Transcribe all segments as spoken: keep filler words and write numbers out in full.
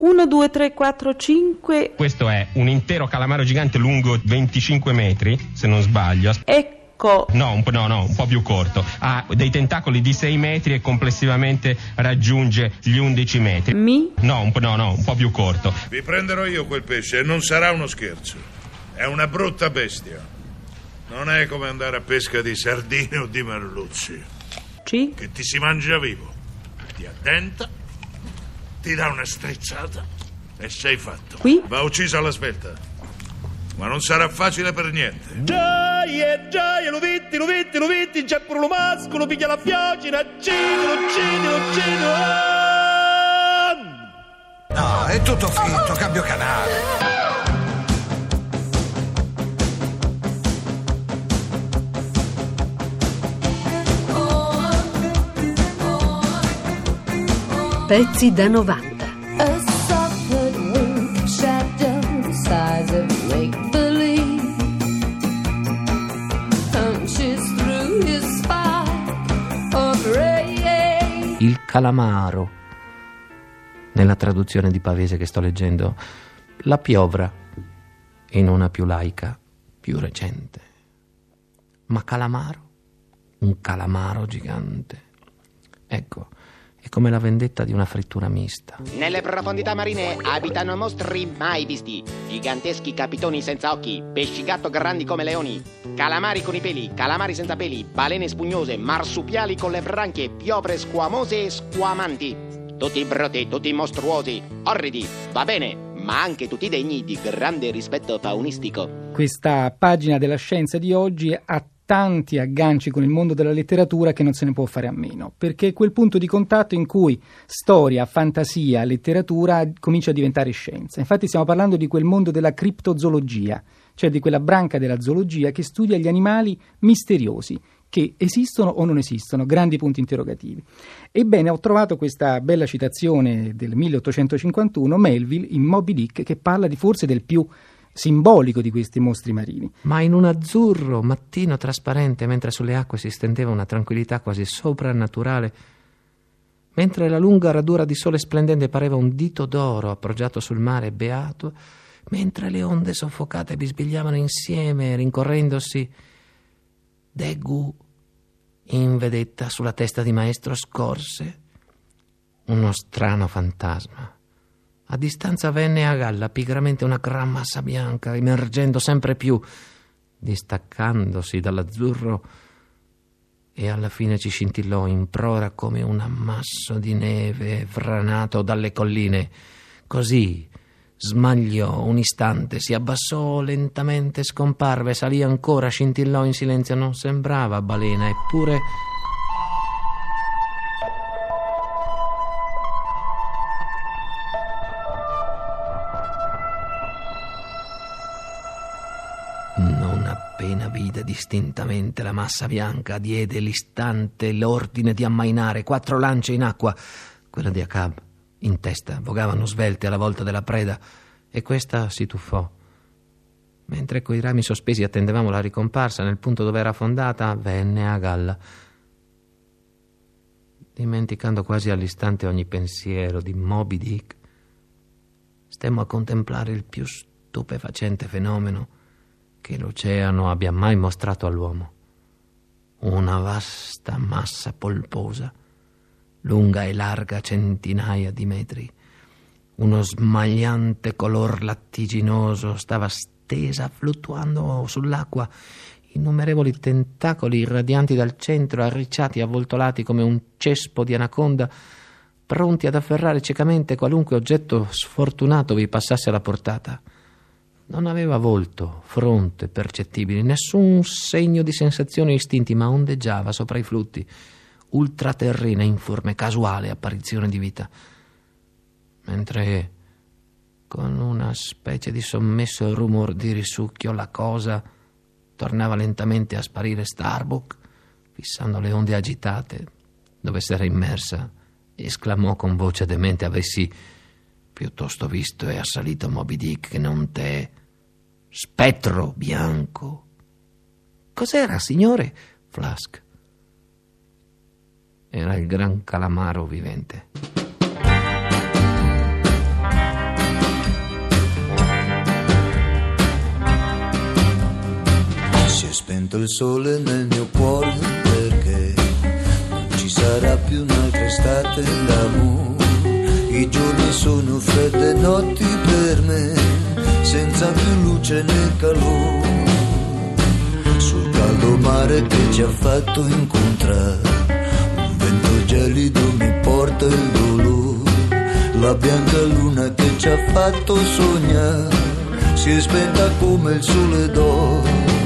uno, due, tre, quattro, cinque. Questo è un intero calamaro gigante lungo venticinque metri, se non sbaglio. Ecco. No, un po', no, no, un po' più corto. Ha dei tentacoli di sei metri e complessivamente raggiunge gli undici metri. Mi? No, un po', no, no, un po' più corto. Vi prenderò io quel pesce e non sarà uno scherzo. È una brutta bestia. Non è come andare a pesca di sardine o di merluzzi. Sì? Che ti si mangia vivo. Ti addenta, ti dà una strizzata e sei fatto. Qui? Va uccisa alla svelta. Ma non sarà facile per niente. Gioia, gioia, lo vitti, lo vitti, lo vitti, c'è pure lo mascolo, piglia la fiocina, uccidilo, uccidilo, uccidilo. No, è tutto finto, cambio canale. Pezzi da novanta. A soft wink shadow the size of make-believe punches through his spike of ray. Il calamaro, nella traduzione di Pavese che sto leggendo, la piovra, in una più laica, più recente. Ma calamaro, un calamaro gigante. Ecco, è come la vendetta di una frittura mista. Nelle profondità marine abitano mostri mai visti, giganteschi capitoni senza occhi, pesci gatto grandi come leoni, calamari con i peli, calamari senza peli, balene spugnose, marsupiali con le branchie, piovre squamose e squamanti, tutti brutti, tutti mostruosi, orridi, va bene, ma anche tutti degni di grande rispetto faunistico. Questa pagina della scienza di oggi ha tanti agganci con il mondo della letteratura che non se ne può fare a meno, perché è quel punto di contatto in cui storia, fantasia, letteratura comincia a diventare scienza. Infatti stiamo parlando di quel mondo della criptozoologia, cioè di quella branca della zoologia che studia gli animali misteriosi, che esistono o non esistono, grandi punti interrogativi. Ebbene, ho trovato questa bella citazione del milleottocentocinquantuno, Melville in Moby Dick, che parla di forse del più simbolico di questi mostri marini. Ma in un azzurro mattino trasparente, mentre sulle acque si stendeva una tranquillità quasi soprannaturale, mentre la lunga radura di sole splendente pareva un dito d'oro appoggiato sul mare beato, mentre le onde soffocate bisbigliavano insieme rincorrendosi, Daggoo in vedetta sulla testa di maestro scorse uno strano fantasma. A distanza venne a galla pigramente una gran massa bianca, emergendo sempre più, distaccandosi dall'azzurro, e alla fine ci scintillò in prora come un ammasso di neve franato dalle colline. Così smagliò un istante, si abbassò lentamente, scomparve, salì ancora, scintillò in silenzio. Non sembrava balena, eppure non appena vide distintamente la massa bianca, diede l'istante l'ordine di ammainare. Quattro lance in acqua, quella di Acab in testa, vogavano svelte alla volta della preda, e questa si tuffò. Mentre coi rami sospesi attendevamo la ricomparsa nel punto dove era affondata, venne a galla. Dimenticando quasi all'istante ogni pensiero di Moby Dick, stemmo a contemplare il più stupefacente fenomeno che l'oceano abbia mai mostrato all'uomo. Una vasta massa polposa, lunga e larga centinaia di metri. Uno smagliante color lattiginoso stava stesa, fluttuando sull'acqua. Innumerevoli tentacoli irradianti dal centro, arricciati e avvoltolati come un cespo di anaconda, pronti ad afferrare ciecamente qualunque oggetto sfortunato vi passasse alla portata. Non aveva volto, fronte percettibili, nessun segno di sensazioni o istinti, ma ondeggiava sopra i flutti, ultraterrena, informe, casuale apparizione di vita. Mentre, con una specie di sommesso rumor di risucchio, la cosa tornava lentamente a sparire Starbuck, fissando le onde agitate dove s'era immersa, esclamò con voce demente: avessi piuttosto visto e assalito Moby Dick che non te, spettro bianco. Cos'era, signore? Flask. Era il gran calamaro vivente. sento il sole nel mio cuore, perché non ci sarà più un'altra estate d'amore. I giorni sono fredde notti per me, senza più luce né calore. Sul caldo mare che ci ha fatto incontrare, un vento gelido mi porta il dolore. La bianca luna che ci ha fatto sognare si è spenta come il sole d'oro.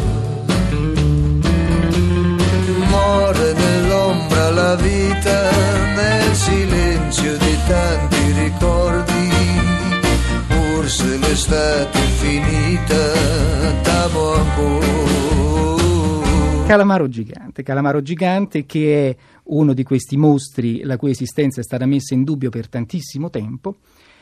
Muore nell'ombra la vita, nel silenzio di tanti ricordi. Forse l'estate è finita, t'amo ancora. Calamaro gigante, Calamaro gigante che è uno di questi mostri la cui esistenza è stata messa in dubbio per tantissimo tempo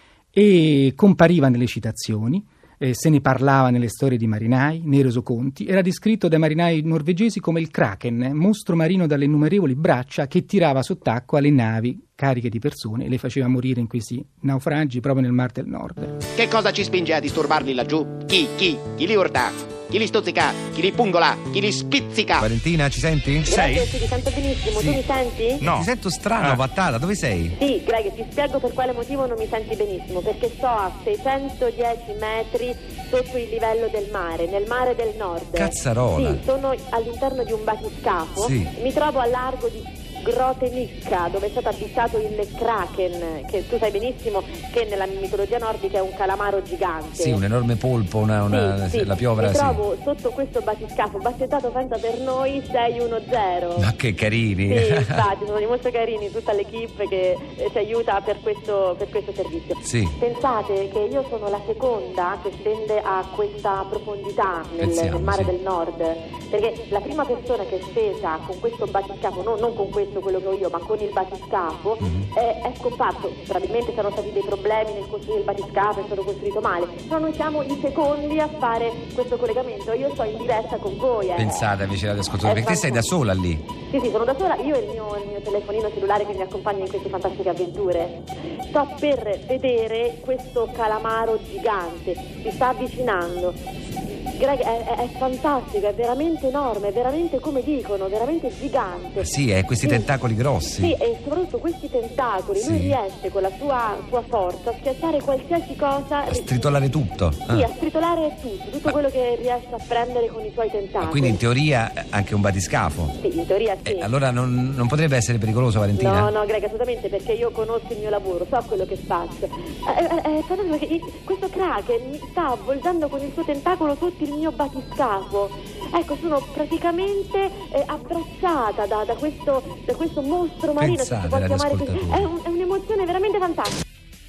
e compariva nelle citazioni. Eh, se ne parlava nelle storie di marinai, nei resoconti, era descritto dai marinai norvegesi come il Kraken, mostro marino dalle innumerevoli braccia che tirava sott'acqua le navi cariche di persone e le faceva morire in questi naufragi proprio nel Mar del Nord. Che cosa ci spinge a disturbarli laggiù? Chi? Chi? Chi li urta? Chi li stuzzica? Chi li pungola? Chi li spizzica? Valentina, ci senti? Greg, sì, ti sento benissimo, sì. Tu mi senti? No. Ti sento strano, ah. Vattata, dove sei? Sì, Greg, ti spiego per quale motivo non mi senti benissimo, perché sto a seicentodieci metri sotto il livello del mare, nel mare del nord. Cazzarola! Sì, sono all'interno di un batiscafo, sì. Mi trovo a largo di Grothe-Nicka, dove è stato avvistato il Kraken, che tu sai benissimo che nella mitologia nordica è un calamaro gigante. Sì, un enorme polpo, una, una, sì, sì. la piovra. Mi trovo sì. sotto questo batiscafo, battezzato pensa per noi sei uno zero. Ma che carini! Sì, infatti, sono molto carini, tutta l'equipe che eh, ci aiuta per questo, per questo servizio. Sì. Pensate che io sono la seconda che scende a questa profondità nel, Pensiamo, nel mare sì. del nord, perché la prima persona che è scesa con questo batiscafo, no, non con questo quello che ho io, ma con il batiscafo, mm-hmm. è, è scomparso. Probabilmente saranno stati dei problemi nel costruire il batiscafo, è stato costruito male, però noi siamo i secondi a fare questo collegamento. Io sto in diretta con voi. Eh. Pensate amici radioascoltatori, perché te sei da sola lì? Sì, sì, sono da sola, io e il mio, il mio telefonino cellulare che mi accompagna in queste fantastiche avventure. Sto per vedere questo calamaro gigante, si sta avvicinando. Greg, è, è, è fantastico, è veramente enorme, è veramente, come dicono, veramente gigante. Sì, è questi sì. tentacoli grossi. Sì, e soprattutto questi tentacoli, sì. lui riesce con la sua, sua forza a schiacciare qualsiasi cosa. A stritolare tutto. Sì, ah. a stritolare tutto, tutto Ma... quello che riesce a prendere con i suoi tentacoli. Quindi in teoria anche un batiscafo? Sì, in teoria sì. Eh, allora non, non potrebbe essere pericoloso, Valentina? No, no, Greg, assolutamente, perché io conosco il mio lavoro, so quello che faccio. È, è, è fantastico perché questo Kraken mi sta avvolgendo con il suo tentacolo sotto il mio batiscafo. Ecco, sono praticamente eh, abbracciata da, da, questo, da questo mostro marino. Pensate, si può chiamare così. È, un, è un'emozione veramente fantastica.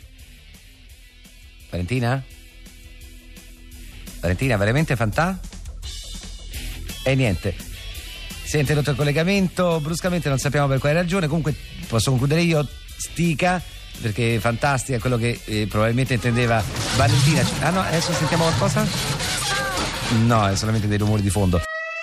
Valentina? Valentina, veramente fantà? E niente, si è interrotto il collegamento bruscamente, non sappiamo per quale ragione. Comunque posso concludere io, stica, perché fantastica è quello che eh, probabilmente intendeva Valentina. Ah no, adesso sentiamo qualcosa? No, è solamente dei rumori di fondo.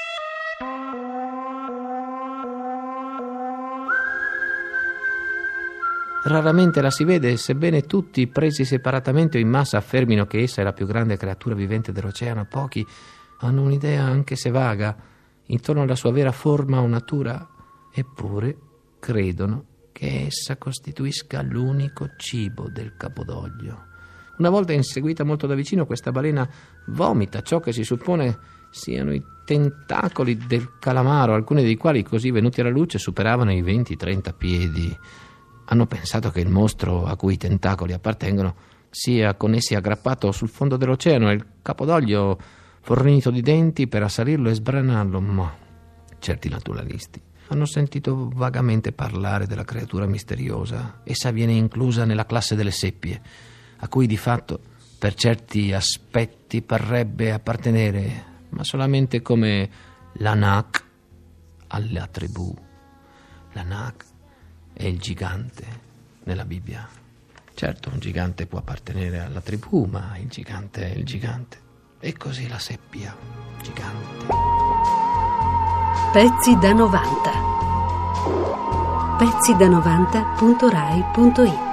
Raramente la si vede, sebbene tutti, presi separatamente o in massa, affermino che essa è la più grande creatura vivente dell'oceano. Pochi hanno un'idea, anche se vaga, intorno alla sua vera forma o natura, eppure credono che essa costituisca l'unico cibo del capodoglio. Una volta inseguita molto da vicino, questa balena vomita ciò che si suppone siano i tentacoli del calamaro, alcuni dei quali, così venuti alla luce, superavano i venti trenta piedi. Hanno pensato che il mostro a cui i tentacoli appartengono sia con essi aggrappato sul fondo dell'oceano e il capodoglio fornito di denti per assalirlo e sbranarlo, ma certi naturalisti hanno sentito vagamente parlare della creatura misteriosa. Essa viene inclusa nella classe delle seppie, a cui di fatto per certi aspetti parrebbe appartenere, ma solamente come l'Anak alla tribù. L'Anak è il gigante nella Bibbia. Certo, un gigante può appartenere alla tribù, ma il gigante è il gigante. E così la seppia gigante. Pezzi da novanta. pezzi da novanta punto rai punto it